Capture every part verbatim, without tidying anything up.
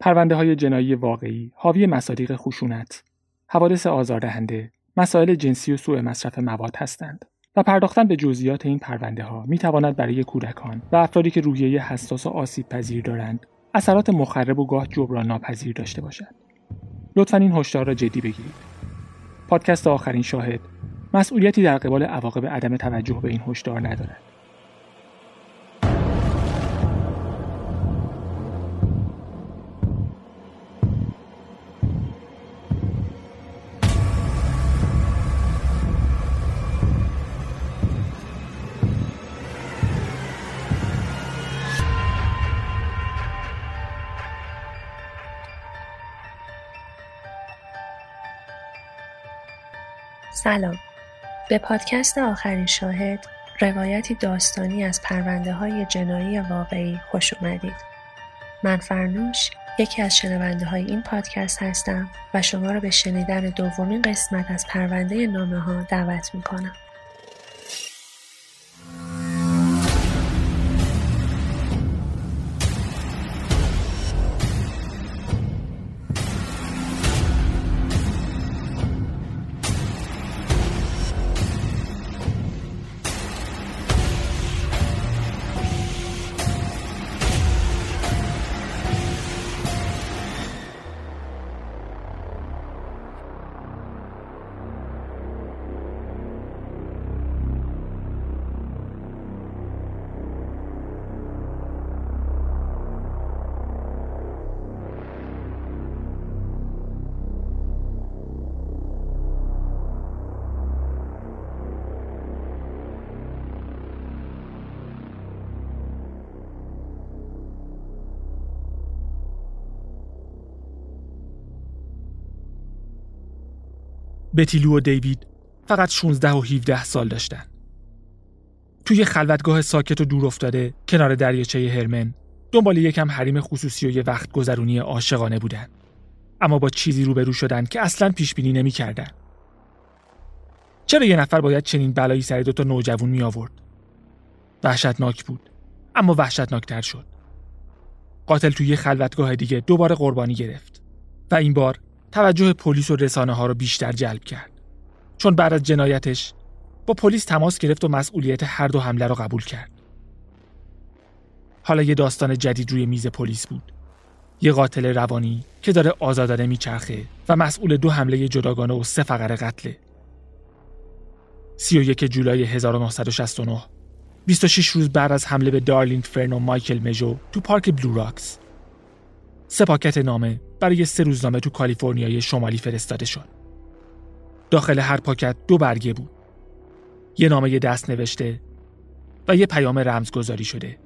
پرونده‌های جنایی واقعی حاوی مصادیق خشونت، حوادث آزاردهنده، مسائل جنسی و سوء مصرف مواد هستند و پرداختن به جزئیات این پرونده‌ها می‌تواند برای کودکان و افرادی که روحیه حساس و آسیب‌پذیر دارند اثرات مخرب و گاه جبران ناپذیر داشته باشد. لطفاً این هشدار را جدی بگیرید. پادکست آخرین شاهد مسئولیتی در قبال عواقب عدم توجه به این هشدار ندارد. سلام. به پادکست آخرین شاهد، روایتی داستانی از پرونده‌های جنایی واقعی خوش اومدید. من فرنوش، یکی از شنونده های این پادکست هستم و شما را به شنیدن دومین قسمت از پرونده نامه‌ها دعوت می‌کنم. بتی لو و دیوید فقط شانزده و هفده سال داشتن. توی خلوتگاه ساکت و دور افتاده کنار دریاچه هرمن دنبال یکم حریم خصوصی و یه وقت گذرونی عاشقانه بودن. اما با چیزی روبرو شدن که اصلاً پیش بینی نمی‌کردن. چرا یه نفر باید چنین بلایی سر دو تا نوجوان می آورد؟ وحشتناک بود، اما وحشتناکتر شد. قاتل توی خلوتگاه دیگه دوباره قربانی گرفت و این بار توجه پلیس و رسانه ها رو بیشتر جلب کرد. چون بعد از جنایتش با پلیس تماس گرفت و مسئولیت هر دو حمله رو قبول کرد. حالا یه داستان جدید روی میز پلیس بود. یه قاتل روانی که داره آزادانه میچرخه و مسئول دو حمله جداگانه و سه فقره قتله. سی و یک جولای هزار و نهصد و شصت و نه، بیست و شش روز بعد از حمله به دارلینگ فرن و مایکل مژو تو پارک بلو راکس، سه پاکت نامه برای سه روزنامه تو کالیفرنیای شمالی فرستاده شد. داخل هر پاکت دو برگه بود. یه نامه دست نوشته و یه پیام رمزگذاری شده.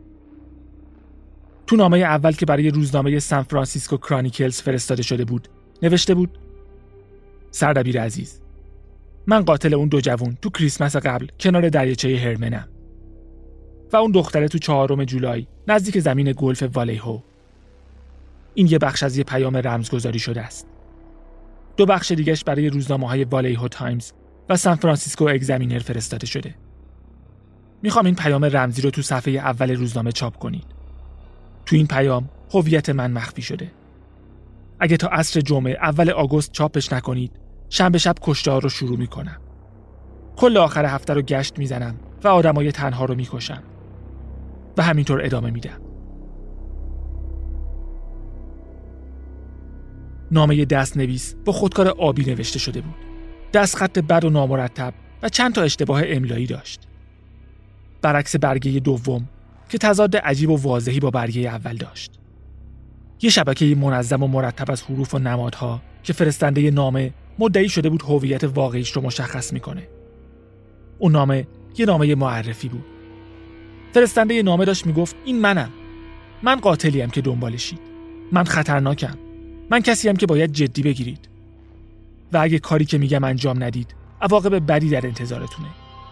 تو نامه اول که برای روزنامه سان فرانسیسکو کرانیکلز فرستاده شده بود، نوشته بود: سردبیر عزیز، من قاتل اون دو جوون تو کریسمس قبل کنار دریاچه هرمنم و اون دختره تو چهارم جولای نزدیک زمین گلف والیهو. این یه بخش از یه پیام رمزگذاری شده است. دو بخش دیگه‌اش برای روزنامه‌های والیهو تایمز و سان فرانسیسکو اگزامینر فرستاده شده. میخوام این پیام رمزی رو تو صفحه اول روزنامه چاپ کنید. تو این پیام هویت من مخفی شده. اگه تا عصر جمعه اول آگوست چاپش نکنید، شنبه شب کشتار رو شروع میکنم. کل آخر هفته رو گشت میزنم و آدمای تنها رو میکشم. و همینطور ادامه میدم. نامه دست نویس با خودکار آبی نوشته شده بود. دست خط بد و نامرتب و چند تا اشتباه املایی داشت. برعکس برگه دوم که تضاد عجیب و واضحی با برگه اول داشت. یه شبکه منظم و مرتب از حروف و نمادها که فرستنده نامه مدعی شده بود هویت واقعیش رو مشخص میکنه. اون نامه یه نامه معرفی بود. فرستنده نامه داشت میگفت این منم. من قاتلیم که دنبالشید. من خطرناکم. من کسیم که باید جدی بگیرید. و اگه کاری که میگم انجام ندید، عواقب بدی در انتظارتونه.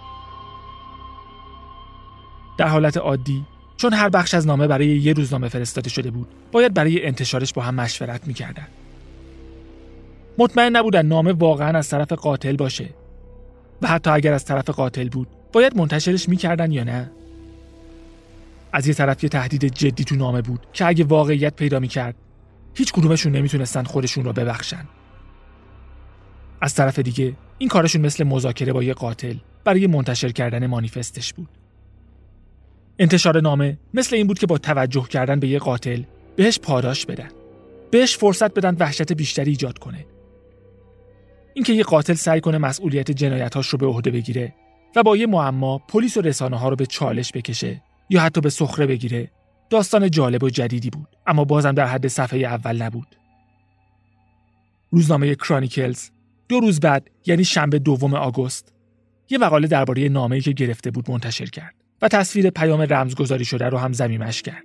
در حالت عادی، چون هر بخش از نامه برای یه روزنامه فرستاده شده بود، باید برای انتشارش با هم مشورت میکردن. مطمئن نبودن نامه واقعا از طرف قاتل باشه و حتی اگر از طرف قاتل بود، باید منتشرش میکردن یا نه. از یه طرف یه تهدید جدی تو نامه بود که اگه واقعیت پیدا میکرد، هیچ کدومشون نمیتونستن خودشون رو ببخشن. از طرف دیگه این کارشون مثل مذاکره با یه قاتل برای منتشر کردن مانیفستش بود. انتشار نامه مثل این بود که با توجه کردن به یه قاتل بهش پاداش بدن. بهش فرصت بدن وحشت بیشتری ایجاد کنه. اینکه یه قاتل سعی کنه مسئولیت جنایتاش رو به عهده بگیره و با یه معما پلیس و رسانه‌ها رو به چالش بکشه یا حتی به سخره بگیره، داستان جالب و جدیدی بود، اما بازم در حد صفحه اول نبود. روزنامه کرانیکلز دو روز بعد، یعنی شنبه دوم آگوست، یه مقاله درباره نامه‌ای که گرفته بود منتشر کرد و تصویر پیام رمزگذاری شده رو هم ضمیمش کرد.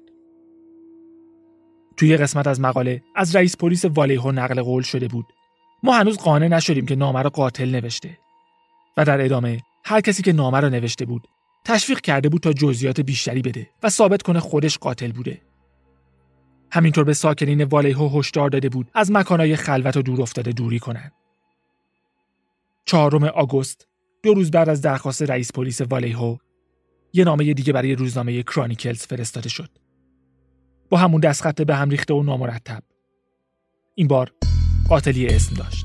توی قسمت از مقاله از رئیس پلیس والیهو نقل قول شده بود: ما هنوز قانع نشدیم که نامه رو قاتل نوشته. و در ادامه هر کسی که نامه رو نوشته بود تشویق کرده بود تا جزئیات بیشتری بده و ثابت کنه خودش قاتل بوده. همینطور به ساکنین والیهو هشدار داده بود از مکانهای خلوت و دور افتاده دوری کنن. چهارم آگوست، دو روز بعد از درخواست رئیس پلیس والیهو، یه نامه دیگه برای روزنامه کرانیکلز فرستاده شد. با همون دستخط به هم ریخته و نامرتب. این بار قاتلی اسم داشت.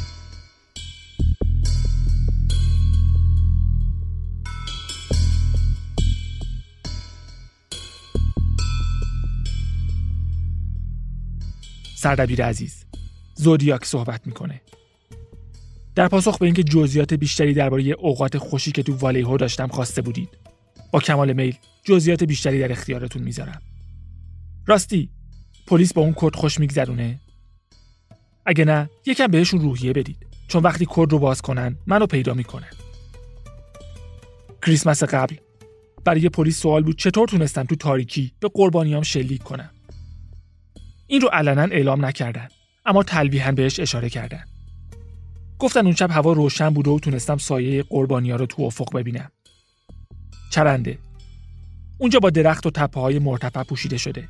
سردبیر عزیز، زودیاک صحبت میکنه. در پاسخ به اینکه جزئیات بیشتری درباره اوقات خوشی که تو والیهو داشتم خواسته بودید، با کمال میل جزئیات بیشتری در اختیارتون میذارم. راستی، پلیس با اون کد خوش میگذرونه؟ اگه نه، یکم بهشون روحیه بدید، چون وقتی کد رو باز کنن منو پیدا میکنن. کریسمس قبل برای پلیس سوال بود چطور تونستم تو تاریکی به قربانیام شلیک کنم. این رو علنا اعلام نکردن، اما تلویحاً بهش اشاره کردن. گفتن اون شب هوا روشن بود و تونستم سایه قربانی‌ها رو تو افق ببینم. چرنده. اونجا با درخت و تپه‌های مرتفع پوشیده شده.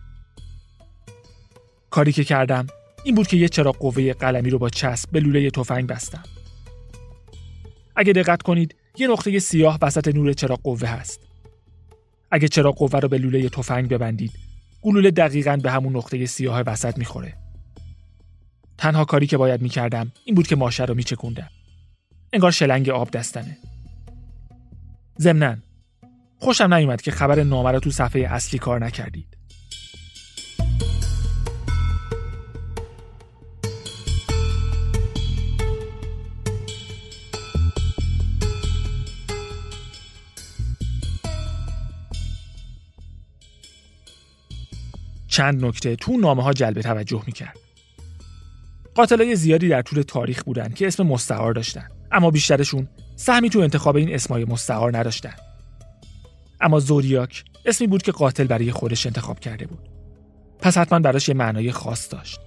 کاری که کردم این بود که یه چراغ قوه قلمی رو با چسب به لوله تفنگ بستم. اگه دقت کنید یه نقطه سیاه وسط نور چراغ قوه هست. اگه چراغ قوه رو به لوله تفنگ ببندید، گلوله دقیقاً به همون نقطه سیاه وسط میخوره. تنها کاری که باید میکردم این بود که ماشه رو میچکوندم. انگار شلنگ آب دستنه. ضمناً خوشم نیومد که خبر نامه رو تو صفحه اصلی کار نکردید. چند نکته تو نامه ها جلب توجه میکرد. قاتلای زیادی در طول تاریخ بودن که اسم مستعار داشتن، اما بیشترشون سهمی تو انتخاب این اسمای مستعار نداشتن. اما زودیاک اسمی بود که قاتل برای خودش انتخاب کرده بود. پس حتما براش یه معنای خاص داشت.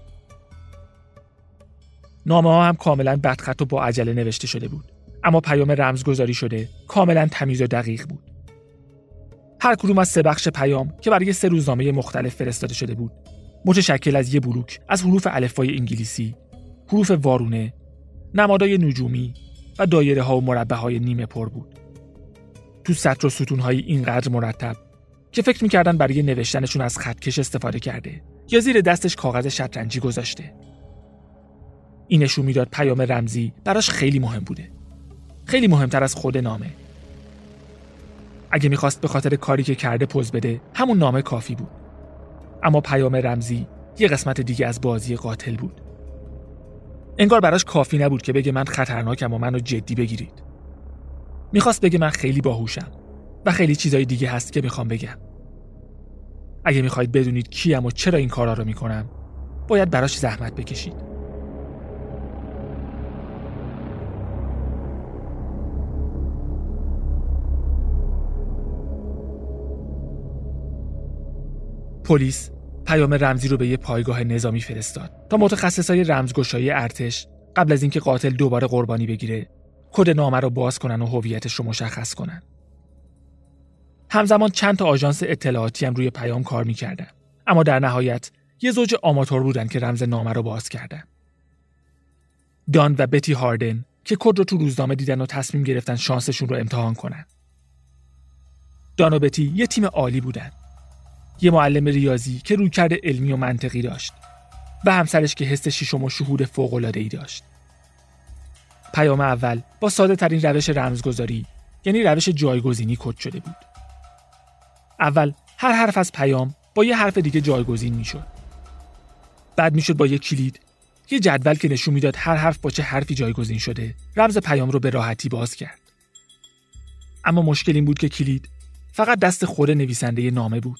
نامه ها هم کاملا بدخط و با عجله نوشته شده بود، اما پیام رمزگذاری شده کاملا تمیز و دقیق بود. هر کدوم از سه بخش پیام که برای سه روزنامه مختلف فرستاده شده بود، متشکل از یه بلوک از حروف الفبای انگلیسی، حروف وارونه، نمادهای نجومی و دایره ها و مربع های نیمه پر بود. تو سطر و ستون های اینقدر مرتب که فکر میکردن برای نوشتنشون از خطکش استفاده کرده یا زیر دستش کاغذ شطرنجی گذاشته. این نشون میداد پیام رمزی براش خیلی مهم بوده. خیلی مهمتر از خود نامه. اگه میخواست به خاطر کاری که کرده پوز بده، همون نامه کافی بود. اما پیام رمزی یه قسمت دیگه از بازی قاتل بود. انگار براش کافی نبود که بگه من خطرناکم و منو جدی بگیرید. میخواست بگه من خیلی باهوشم و خیلی چیزای دیگه هست که میخوام بگم. اگه میخواید بدونید کیم و چرا این کارا رو میکنم، باید براش زحمت بکشید. پلیس پیام رمزی رو به یه پایگاه نظامی فرستاد تا متخصصای رمزگشایی ارتش قبل از اینکه قاتل دوباره قربانی بگیره، کد نامه رو باز کنن و هویتش رو مشخص کنن. همزمان چند تا آژانس اطلاعاتی هم روی پیام کار می‌کردن، اما در نهایت یه زوج آماتور بودن که رمز نامه رو باز کردن. دان و بتی هاردن که کد رو تو روزنامه دیدن و تصمیم گرفتن شانسشون رو امتحان کنن. دان و بتی یه تیم عالی بودن. یه معلم ریاضی که رویکرد علمی و منطقی داشت. و همسرش که حس ششم و شهود فوق‌العاده‌ای داشت. پیام اول با ساده ترین روش رمزگذاری، یعنی روش جایگزینی کد شده بود. اول هر حرف از پیام با یه حرف دیگه جایگزین میشد. بعد میشد با یه کلید، یه جدول که نشون میداد هر حرف با چه حرفی جایگزین شده، رمز پیام رو به راحتی باز کرد. اما مشکل این بود که کلید فقط دست خود نویسنده نامه بود.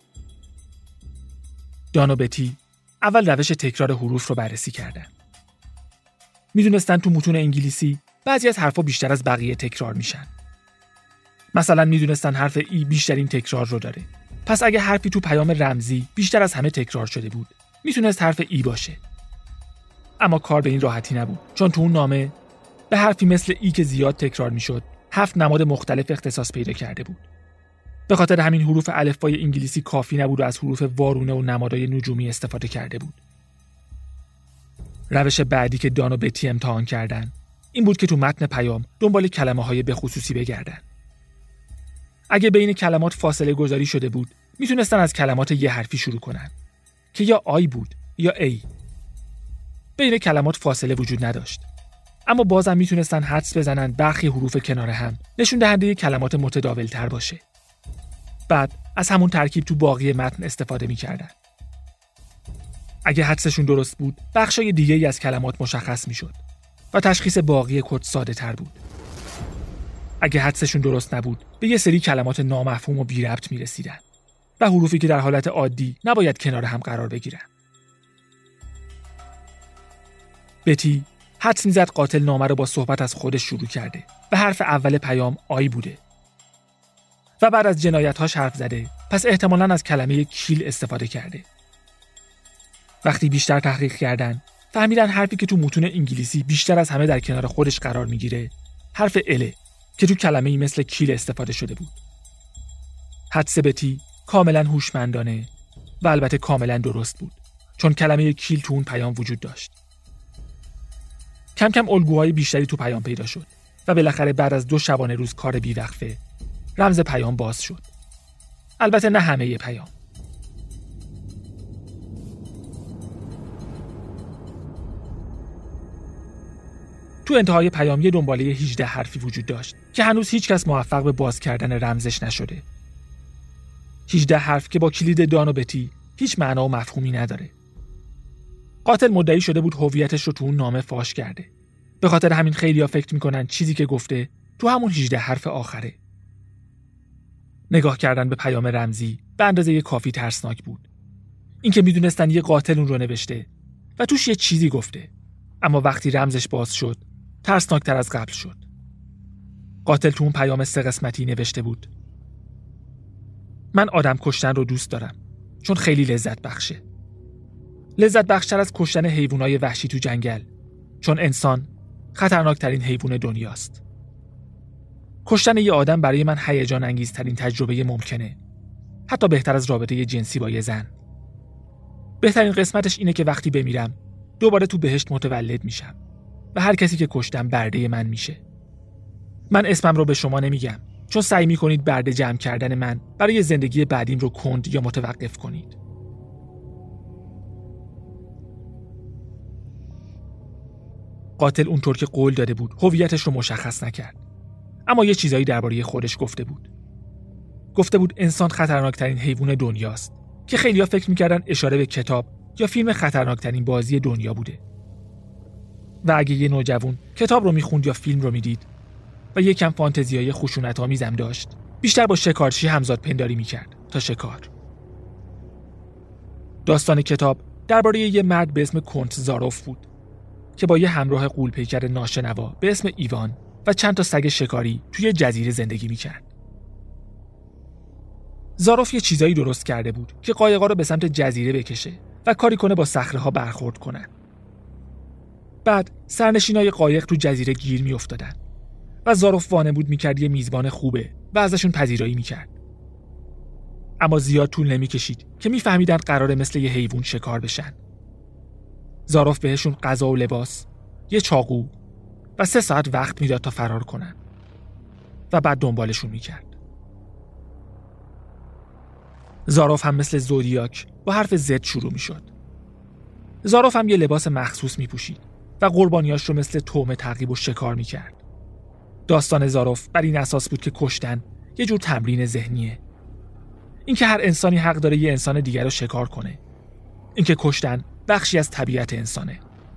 دان و بتی اول روش تکرار حروف رو بررسی کردن. میدونستن تو متون انگلیسی بعضی از حرفا بیشتر از بقیه تکرار میشن. مثلا میدونستن حرف ای بیشترین تکرار رو داره. پس اگه حرفی تو پیام رمزی بیشتر از همه تکرار شده بود، میتونست حرف ای باشه. اما کار به این راحتی نبود، چون تو اون نامه به حرفی مثل ای که زیاد تکرار میشد، هفت نماد مختلف اختصاص پیدا کرده بود. به خاطر همین حروف الفبای انگلیسی کافی نبود و از حروف وارونه و نمادهای نجومی استفاده کرده بود. روش بعدی که دان و بتی امتحان کردن این بود که تو متن پیام دنبال کلمه‌های به خصوصی بگردن. اگه بین کلمات فاصله گذاری شده بود، میتونستن از کلمات یه حرفی شروع کنن که یا آی بود یا ای. بین کلمات فاصله وجود نداشت، اما بازم میتونستن حدس بزنن برخی حروف کنار هم نشون دهنده کلمات متداول تر باشه. بعد از همون ترکیب تو باقی متن استفاده میکردن. اگه حدسشون درست بود، بخشای دیگه‌ای از کلمات مشخص میشد و تشخیص باقی کد ساده تر بود. اگه حدسشون درست نبود، به یه سری کلمات نامفهوم و بی ربط میرسیدن و حروفی که در حالت عادی نباید کنار هم قرار بگیرن. بتی حدس میزد قاتل نامه رو با صحبت از خودش شروع کرده و حرف اول پیام آی بوده و بعد از جنایت‌هاش حرف زده، پس احتمالاً از کلمه کیل استفاده کرده. وقتی بیشتر تحقیق کردن، فهمیدن حرفی که تو متون انگلیسی بیشتر از همه در کنار خودش قرار میگیره حرف اله که تو کلمه‌ای مثل کیل استفاده شده بود. حدس بتی کاملاً هوشمندانه و البته کاملاً درست بود، چون کلمه کیل تو اون پیام وجود داشت. کم کم الگوهای بیشتری تو پیام پیدا شد و بالاخره بعد از دو شبانه روز کار بیوقفه رمز پیام باز شد. البته نه همه پیام. تو انتهای پیام یه دنباله هجده حرفی وجود داشت که هنوز هیچ کس موفق به باز کردن رمزش نشده. هجده حرف که با کلید دان و بتی هیچ معنا و مفهومی نداره. قاتل مدعی شده بود هویتش رو تو اون نامه فاش کرده. به خاطر همین خیلی‌ها فکر میکنن چیزی که گفته تو همون هجده حرف آخره. نگاه کردن به پیام رمزی به اندازه کافی ترسناک بود. اینکه میدونستن یه قاتل اون رو نوشته و توش یه چیزی گفته، اما وقتی رمزش باز شد ترسناکتر از قبل شد. قاتل تو اون پیام سه قسمتی نوشته بود: من آدم کشتن رو دوست دارم چون خیلی لذت بخشه. لذت بخشتر از کشتن حیوانای وحشی تو جنگل، چون انسان خطرناکترین حیوان دنیاست. کشتن یه آدم برای من هیجان انگیزترین تجربه ممکنه، حتی بهتر از رابطه جنسی با یه زن. بهترین قسمتش اینه که وقتی بمیرم دوباره تو بهشت متولد میشم و هر کسی که کشتم برده من میشه. من اسمم رو به شما نمیگم چون سعی میکنید برده جمع کردن من برای زندگی بعدیم رو کند یا متوقف کنید. قاتل اونطور که قول داده بود هویتش رو مشخص نکرد، اما یه چیزایی درباره خودش گفته بود. گفته بود انسان خطرناکترین حیوان دنیاست که خیلی‌ها فکر می‌کردن اشاره به کتاب یا فیلم خطرناکترین بازی دنیا بوده. و اگه یه نوجوان کتاب رو می‌خوند یا فیلم رو می‌دید و یکم فانتزیای خشونت‌آمیز هم داشت، بیشتر با شکارچی همزاد پنداری می‌کرد تا شکار. داستان کتاب درباره یه مرد به اسم کنت زاروف بود که با یه همراه غول‌پیکر ناشنوا به اسم ایوان و چند تا سگ شکاری توی جزیره زندگی می‌کرد. زاروف یه چیزایی درست کرده بود که قایقا رو به سمت جزیره بکشه و کاری کنه با صخره‌ها برخورد کنن. بعد سرنشینای قایق تو جزیره گیر می‌افتادن و زاروف وانمود می‌کرد یه میزبان خوبه و ازشون پذیرایی می‌کرد. اما زیاد طول نمی‌کشید که می‌فهمیدن قراره مثل یه حیوان شکار بشن. زاروف بهشون غذا و لباس، یه چاقو و سه ساعت وقت میداد تا فرار کنن و بعد دنبالشون می‌کرد. زاروف هم مثل زودیاک با حرف زد شروع می‌شد. زاروف هم یه لباس مخصوص میپوشید و قربانیاش رو مثل طعم تعقیب و شکار میکرد. داستان زاروف بر این اساس بود که کشتن یه جور تمرین ذهنیه. اینکه هر انسانی حق داره یه انسان دیگر رو شکار کنه. اینکه کشتن بخشی از طبیعت انسانه.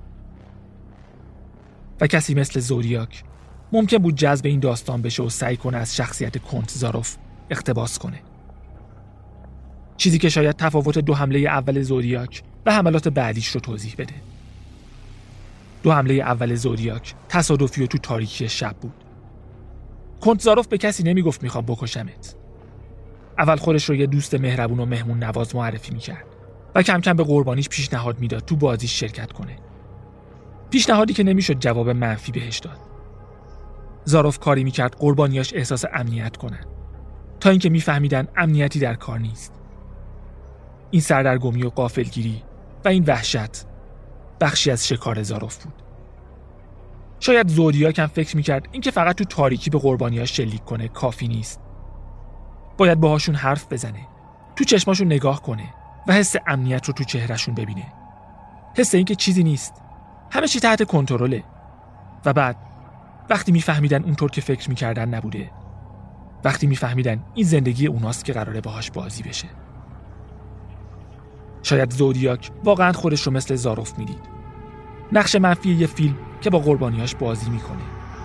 و کسی مثل زودیاک ممکن بود جذب این داستان بشه و سعی کنه از شخصیت کنت زاروف اقتباس کنه. چیزی که شاید تفاوت دو حمله اول زودیاک و حملات بعدیش رو توضیح بده. دو حمله اول زودیاک تصادفی و تو تاریکی شب بود. کنت زاروف به کسی نمیگفت میخوام بکشمت. اول خودش رو یه دوست مهربون و مهمون نواز معرفی میکرد و کم کم به قربانیش پیشنهاد میداد تو بازیش شرکت کنه. پیشنهادی که نمیشد جواب منفی بهش داد. زاروف کاری میکرد قربانیاش احساس امنیت کنن تا اینکه میفهمیدن امنیتی در کار نیست. این سردرگمی و غافلگیری و این وحشت بخشی از شکار زاروف بود. شاید زودیاک هم فکر میکرد اینکه فقط تو تاریکی به قربانیاش شلیک کنه کافی نیست. باید باهاشون حرف بزنه، تو چشماشون نگاه کنه و حس امنیت رو تو چهرهشون ببینه. حس اینکه چیزی نیست، همه چی تحت کنترله. و بعد وقتی میفهمیدن اونطور که فکر میکردن نبوده، وقتی میفهمیدن این زندگی اوناست که قراره باهاش بازی بشه. شاید زودیاک واقعا خودش رو مثل زاروف میدید، نقش منفی یه فیلم که با قربانیاش بازی میکنه.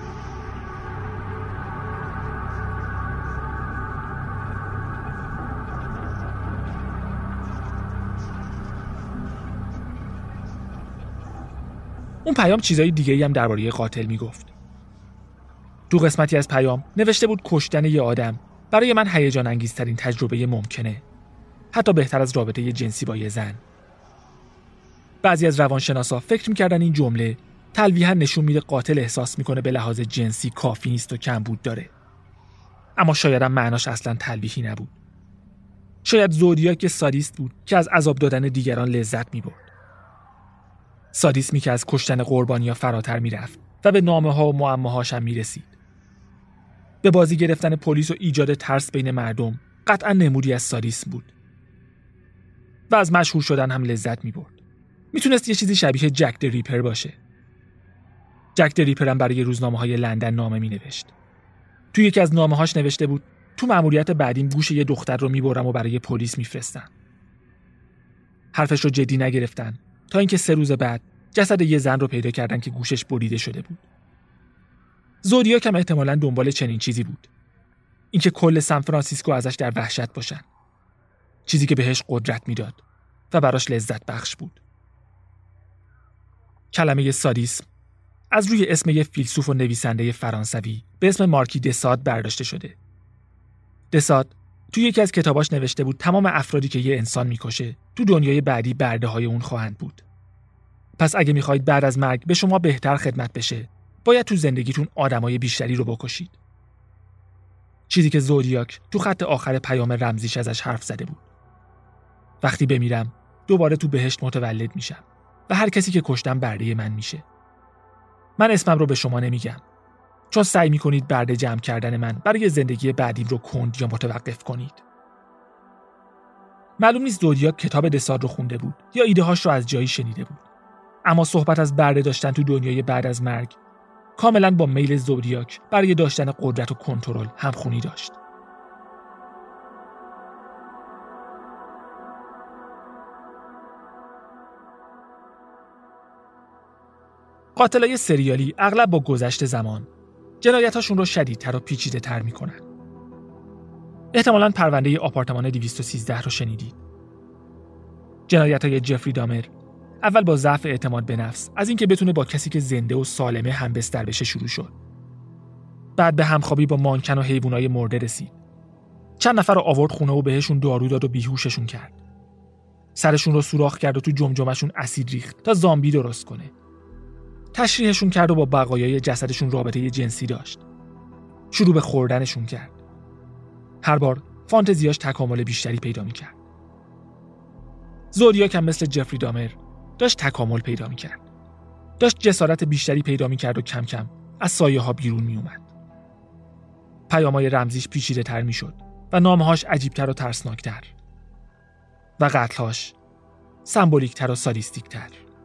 اون پیام چیزای دیگه‌ای هم درباره قاتل میگفت. تو قسمتی از پیام نوشته بود کشتن یه آدم برای من هیجان انگیزترین تجربه ممکنه، حتی بهتر از رابطه جنسی با یه زن. بعضی از روانشناسا فکر میکردن این جمله تلویحاً نشون میده قاتل احساس میکنه به لحاظ جنسی کافی نیست و کمبود داره. اما شاید هم معناش اصلاً تلویحی نبود. شاید زودیاک سادیست بود که از عذاب دادن دیگران لذت میبرد. سادیسمی که از کشتن قربانیا فراتر میرفت و به نامه ها و معماهاش هم میرسید. به بازی گرفتن پلیس و ایجاد ترس بین مردم قطعا نمودی از سادیسم بود. و از مشهور شدن هم لذت میبرد. میتونست یه چیزی شبیه جک د ریپر باشه. جک د ریپر هم برای روزنامه‌های لندن نامه مینوشت. توی یکی از نامه‌هاش نوشته بود تو مأموریت بعدیم گوش یه دختر رو میبرم و برای پلیس میفرستم. حرفش رو جدی نگرفتن تا اینکه سه روز بعد جسد یه زن رو پیدا کردن که گوشش بریده شده بود. زودیاک هم احتمالاً دنبال چنین چیزی بود. اینکه کل سان فرانسیسکو ازش در وحشت باشن. چیزی که بهش قدرت میداد و براش لذت بخش بود. کلمه سادیسم از روی اسم یه فیلسوف و نویسنده فرانسوی به اسم مارکی دساد برداشته شده. دساد توی یکی از کتاباش نوشته بود تمام افرادی که یه انسان میکشه تو دنیای بعدی برده های اون خواهند بود. پس اگه میخواید بعد از مرگ به شما بهتر خدمت بشه، باید تو زندگیتون آدمای بیشتری رو بکشید. چیزی که زودیاک تو خط آخر پیام رمزیش ازش حرف زده بود. وقتی بمیرم دوباره تو بهشت متولد میشم و هر کسی که کشتم برده من میشه. من اسمم رو به شما نمیگم چون سعی میکنید برده جمع کردن من برای زندگی بعدیم رو کند یا متوقف کنید. معلوم نیست زودیاک کتاب دساد رو خونده بود یا ایده هاش رو از جایی شنیده بود. اما صحبت از برده داشتن تو دنیای بعد از مرگ کاملا با میل زودیاک برای داشتن قدرت و کنترل همخونی داشت. قاتلای سریالی اغلب با گذشت زمان جنایتاشون رو شدیدتر و پیچیده تر میکنن. احتمالاً پرونده آپارتمان دویست و سیزده رو شنیدید. جنایتای جفری دامر اول با ضعف اعتماد به نفس از اینکه بتونه با کسی که زنده و سالمه همبستر بشه شروع شد. بعد به همخوابی با مانکن و حیوانای مرده رسید. چند نفر رو آورد خونه و بهشون دارو داد و بیهوششون کرد. سرشون رو سوراخ کرد و تو جمجمه‌شون اسید ریخت تا زامبی درست کنه. تشریحشون کرد و با بقایای جسدشون رابطه جنسی داشت. شروع به خوردنشون کرد. هر بار فانتزیاش تکامل بیشتری پیدا می‌کرد. زودیاک هم مثل جفری دامر داشت تکامل پیدا می‌کرد. داشت جسارت بیشتری پیدا می‌کرد و کم کم از سایه‌ها بیرون می‌اومد. پیام‌های رمزیش پیچیده‌تر می‌شد و نامه‌هاش عجیب‌تر و ترسناک‌تر. و قتل‌هاش سمبولیک‌تر و سادیستیک‌تر.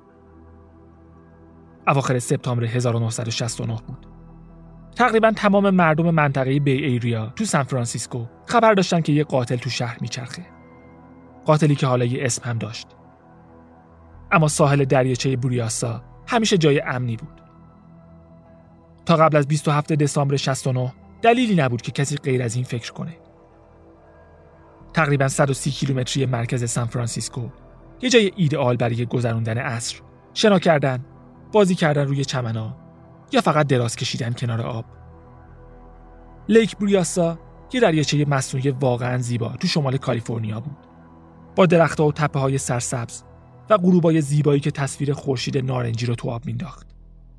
اواخر سپتامبر هزار و نهصد و شصت و نه بود. تقریبا تمام مردم منطقه بی ایریا تو سان فرانسیسکو خبر داشتن که یه قاتل تو شهر میچرخه. قاتلی که حالا یه اسم هم داشت. اما ساحل دریاچه بوریاسا همیشه جای امنی بود. تا قبل از بیست و هفتم دسامبر شصت و نه دلیلی نبود که کسی غیر از این فکر کنه. تقریبا صد و سی کیلومتری مرکز سان فرانسیسکو، یه جای ایدئال برای گذروندن عصر، شنا کردن، بازی کردن روی چمنا یا فقط دراز کشیدن کنار آب. لیک بوریاسا یه دریاچه مصنوعی واقعاً زیبا تو شمال کالیفرنیا بود، با درخت‌ها و تپه‌های سرسبز و غروبای زیبایی که تصویر خورشید نارنجی رو تو آب مینداخت.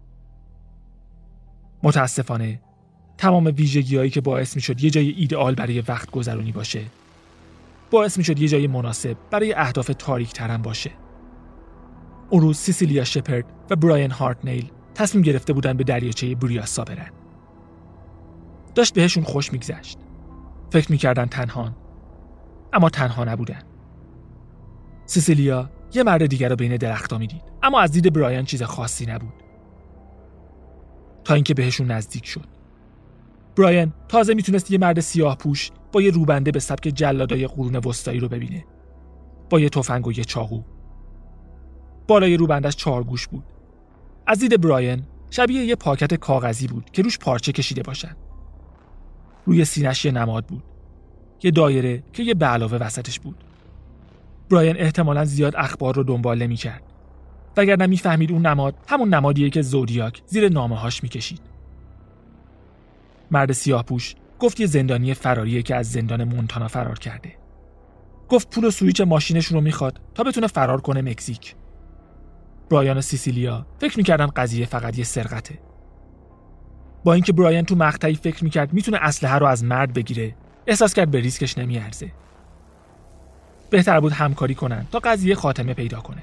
متاسفانه تمام ویژگی‌هایی که باعث می‌شد یه جای ایدئال برای وقت گذرونی باشه، باعث می‌شد یه جای مناسب برای اهداف تاریک‌تر هم باشه. اون روز سیسیلیا شپرد و براین هارتنیل تصمیم گرفته بودن به دریاچه بوریاسا برن. داشت بهشون خوش میگذشت. فکر میکردن تنهان، اما تنها نبودن. سیسیلیا یه مرد دیگر رو بین درخت‌ها میدید، اما از دید براین چیز خاصی نبود. تا اینکه بهشون نزدیک شد. براین تازه میتونست یه مرد سیاه پوش با یه روبنده به سبک جلادای قرون وسطایی رو ببینه، با یه تفنگ و یه چاقو. بالای روبندش چهارگوش بود. از دید براین شبیه یه پاکت کاغذی بود که روش پارچه کشیده باشن. روی سینه‌اش یه نماد بود، یه دایره که یه به علاوه وسطش بود. براین احتمالاً زیاد اخبار رو دنبال نمی‌کرد، وگرنه می‌فهمید اون نماد همون نمادیه که زودیاک زیر نامه‌هاش می‌کشید. مرد سیاه‌پوش گفت یه زندانی فراریه که از زندان مونتانا فرار کرده. گفت پول و سوئیچ ماشینشون رو می‌خواد تا بتونه فرار کنه مکزیک. براین و سیسیلیا فکر می‌کردن قضیه فقط یه سرقته. با اینکه براین تو مقطعی فکر می‌کرد میتونه اسلحه رو از مرد بگیره، احساس کرد به ریسکش نمیارزه. بهتر بود همکاری کنن تا قضیه خاتمه پیدا کنه.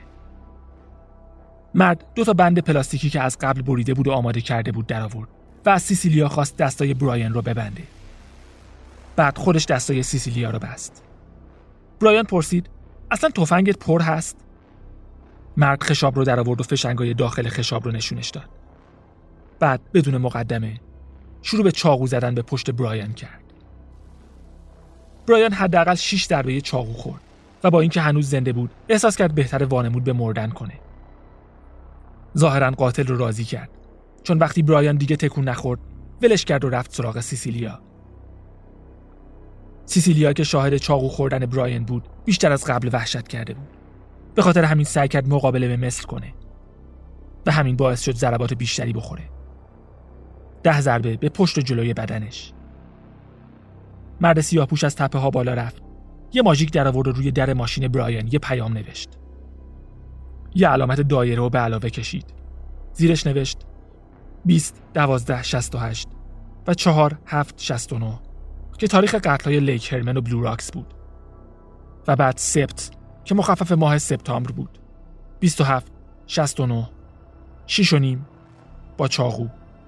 مرد دو تا بند پلاستیکی که از قبل بریده بود و آماده کرده بود در آورد و از سیسیلیا خواست دستای براین رو ببنده. بعد خودش دستای سیسیلیا رو بست. براین پرسید اصلا تفنگت پر هست؟ مرد خشاب رو در آورد و فشنگای داخل خشاب رو نشونش داد. بعد بدون مقدمه شروع به چاقو زدن به پشت براین کرد. براین حداقل شش ضربه چاقو خورد و با اینکه هنوز زنده بود احساس کرد بهتره وانمود به مردن کنه. ظاهراً قاتل رو راضی کرد، چون وقتی براین دیگه تکون نخورد ولش کرد و رفت سراغ سیسیلیا. سیسیلیا که شاهد چاقو خوردن براین بود بیشتر از قبل وحشت کرده بود. به خاطر همین سعی کرد مقابله به مثل کنه و همین باعث شد ضربات بیشتری بخوره. ده ضربه به پشت و جلوی بدنش. مرد سیاه‌پوش از تپه ها بالا رفت. یه ماژیک در آورد و روی در ماشین براین یه پیام نوشت. یه علامت دایره رو به علاوه کشید. زیرش نوشت بیست دوازده شصت و هشت و چهار هفت شصت و نه که تاریخ قتل‌های لیک هرمن و بلو راکس بود. و بعد سپت که مخفف ماه سپتامبر بود. بیست و هفت شصت و نه شش و نیم با چاقو.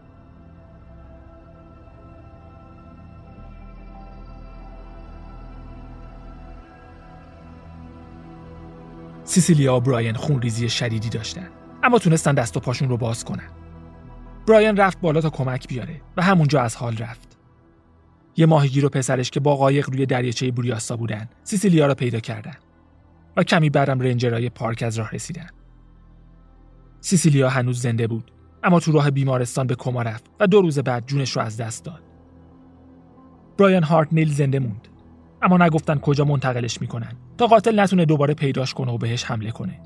سیسیلیا و براین خونریزی شدیدی داشتن، اما تونستن دست و پاشون رو باز کنن. براین رفت بالا تا کمک بیاره و همونجا از حال رفت. یه ماهیگیر و پسرش که با قایق روی دریاچه بوریاسا بودن سیسیلیا رو پیدا کردن و کمی بعدم رنجرای پارک از راه رسیدن. سیسیلیا هنوز زنده بود، اما تو راه بیمارستان به کما رفت و دو روز بعد جونش رو از دست داد. براین هارتنیل زنده موند، اما نگفتن کجا منتقلش میکنن تا قاتل نتونه دوباره پیداش کنه و بهش حمله کنه.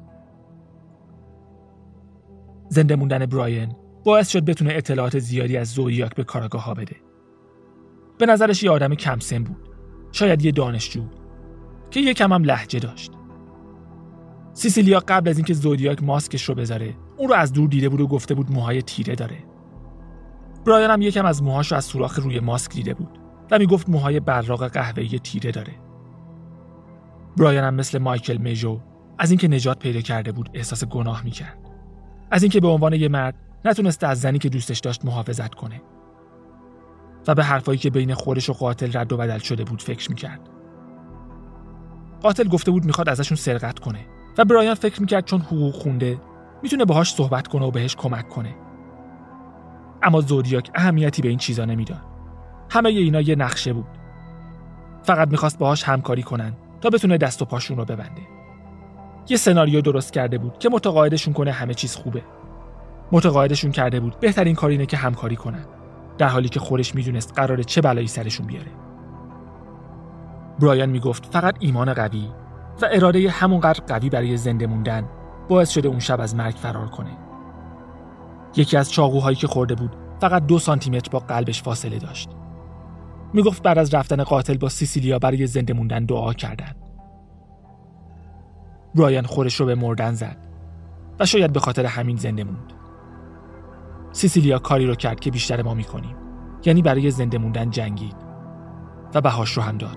زنده موندن براین باعث شد بتونه اطلاعات زیادی از زودیاک به کاراگاه ها بده. به نظرش یه آدم کم سن بود، شاید یه دانشجو که یکم هم لهجه داشت. سیسیلیا قبل از اینکه زودیاک ماسکش رو بذاره اون رو از دور دیده بود و گفته بود موهای تیره داره. براین هم یکم از موهاش رو از سوراخ روی ماسک دیده بود و میگفت موهای براق قهوه‌ای تیره داره. براین هم مثل مایکل میجو از اینکه نجات پیدا کرده بود احساس گناه میکرد، از اینکه به عنوان یه مرد نتونسته از زنی که دوستش داشت محافظت کنه و به حرفایی که بین خودش و قاتل رد و بدل شده بود فکر میکرد. قاتل گفته بود میخواد ازشون سرقت کنه و براین فکر میکرد چون حقوق خونده میتونه باهاش صحبت کنه و بهش کمک کنه. اما زودیاک اهمیتی به این چیزا نمیداد. همه ی اینا یه نقشه بود. فقط میخواست باهاش همکاری کنن تا بتونه دست و پاشون رو ببنده. یه سناریو درست کرده بود که متقاعدشون کنه همه چیز خوبه. متقاعدشون کرده بود بهترین کار اینه که همکاری کنن، در حالی که خودش میدونست قراره چه بلایی سرشون بیاره. برایان میگفت فقط ایمان قوی و اراده همونقدر قوی برای زنده موندن باعث شده اون شب از مرگ فرار کنه. یکی از چاقوهایی که خورده بود فقط دو سانتی متر با قلبش فاصله داشت. میگفت بعد از رفتن قاتل با سیسیلیا برای زنده موندن دعا کردن. برایان خودش رو به مردن زد و شاید به خاطر همین زنده موند. سیسیلیا کاری رو کرد که بیشتر ما میکنیم، یعنی برای زنده موندن جنگید و بهاش رو هم داد.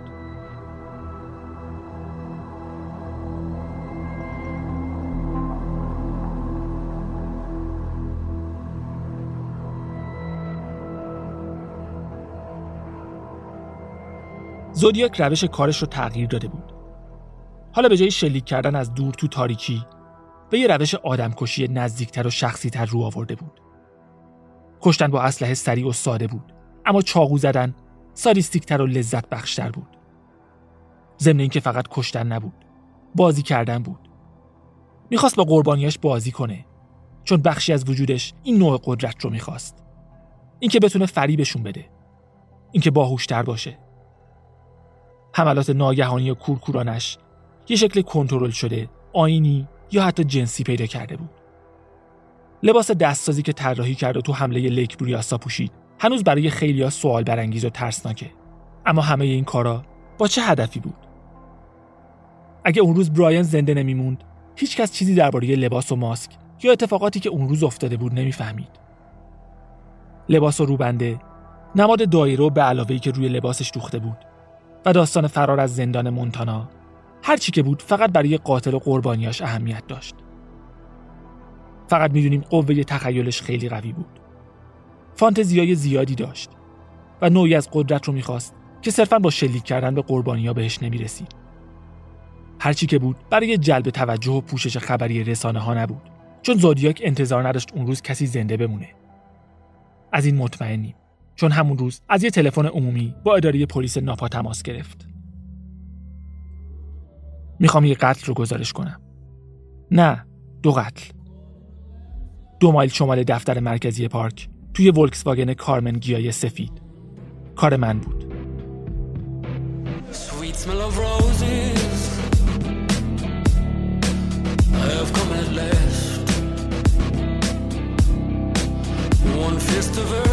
زودیاک روش کارش رو تغییر داده بود. حالا به جای شلیک کردن از دور تو تاریکی، به یه روش آدمکشی نزدیکتر و شخصی‌تر رو آورده بود. کشتن با اسلحه سریع و ساده بود، اما چاقو زدن سادیستیک‌تر و لذت بخشتر بود. ضمن اینکه فقط کشتن نبود، بازی کردن بود. میخواست با قربانیاش بازی کنه، چون بخشی از وجودش این نوع قدرت رو میخواست. اینکه بتونه فریبشون بده، اینکه باهوشتر باشه. حملات ناگهانی و کورکورانش یه شکل کنترل شده، آینی یا حتی جنسی پیدا کرده بود. لباس دستسازی که طراحی کرد و تو حمله لیک بریاسا پوشید هنوز برای خیلی‌ها سوال برانگیز و ترسناکه. اما همه این کارا با چه هدفی بود؟ اگه اون روز برایان زنده نمیموند، هیچ کس چیزی درباره لباس و ماسک یا اتفاقاتی که اون روز افتاده بود نمیفهمید. لباس و روبنده، نماد دایره به علاوه‌ای که روی لباسش دوخته بود و داستان فرار از زندان مونتانا، هر چی که بود فقط برای قاتل و قربانیاش اهمیت داشت. فقط میدونیم قوه تخیلش خیلی قوی بود. فانتزیای زیادی داشت و نوعی از قدرت رو میخواست که صرفاً با شلیک کردن به قربانیا بهش نمیرسید. هر چی که بود برای جلب توجه و پوشش خبری رسانه ها نبود، چون زودیاک انتظار نداشت اون روز کسی زنده بمونه. از این مطمئنیم، چون همون روز از یه تلفن عمومی با اداره پلیس ناپا تماس گرفت. میخوام یه قتل رو گزارش کنم. نه، دو قتل. دو مایل شمال دفتر مرکزی پارک، توی ولکس واگن کارمن گیای سفید. کار من بود. Sweet smell of roses I have come at last One fist of earth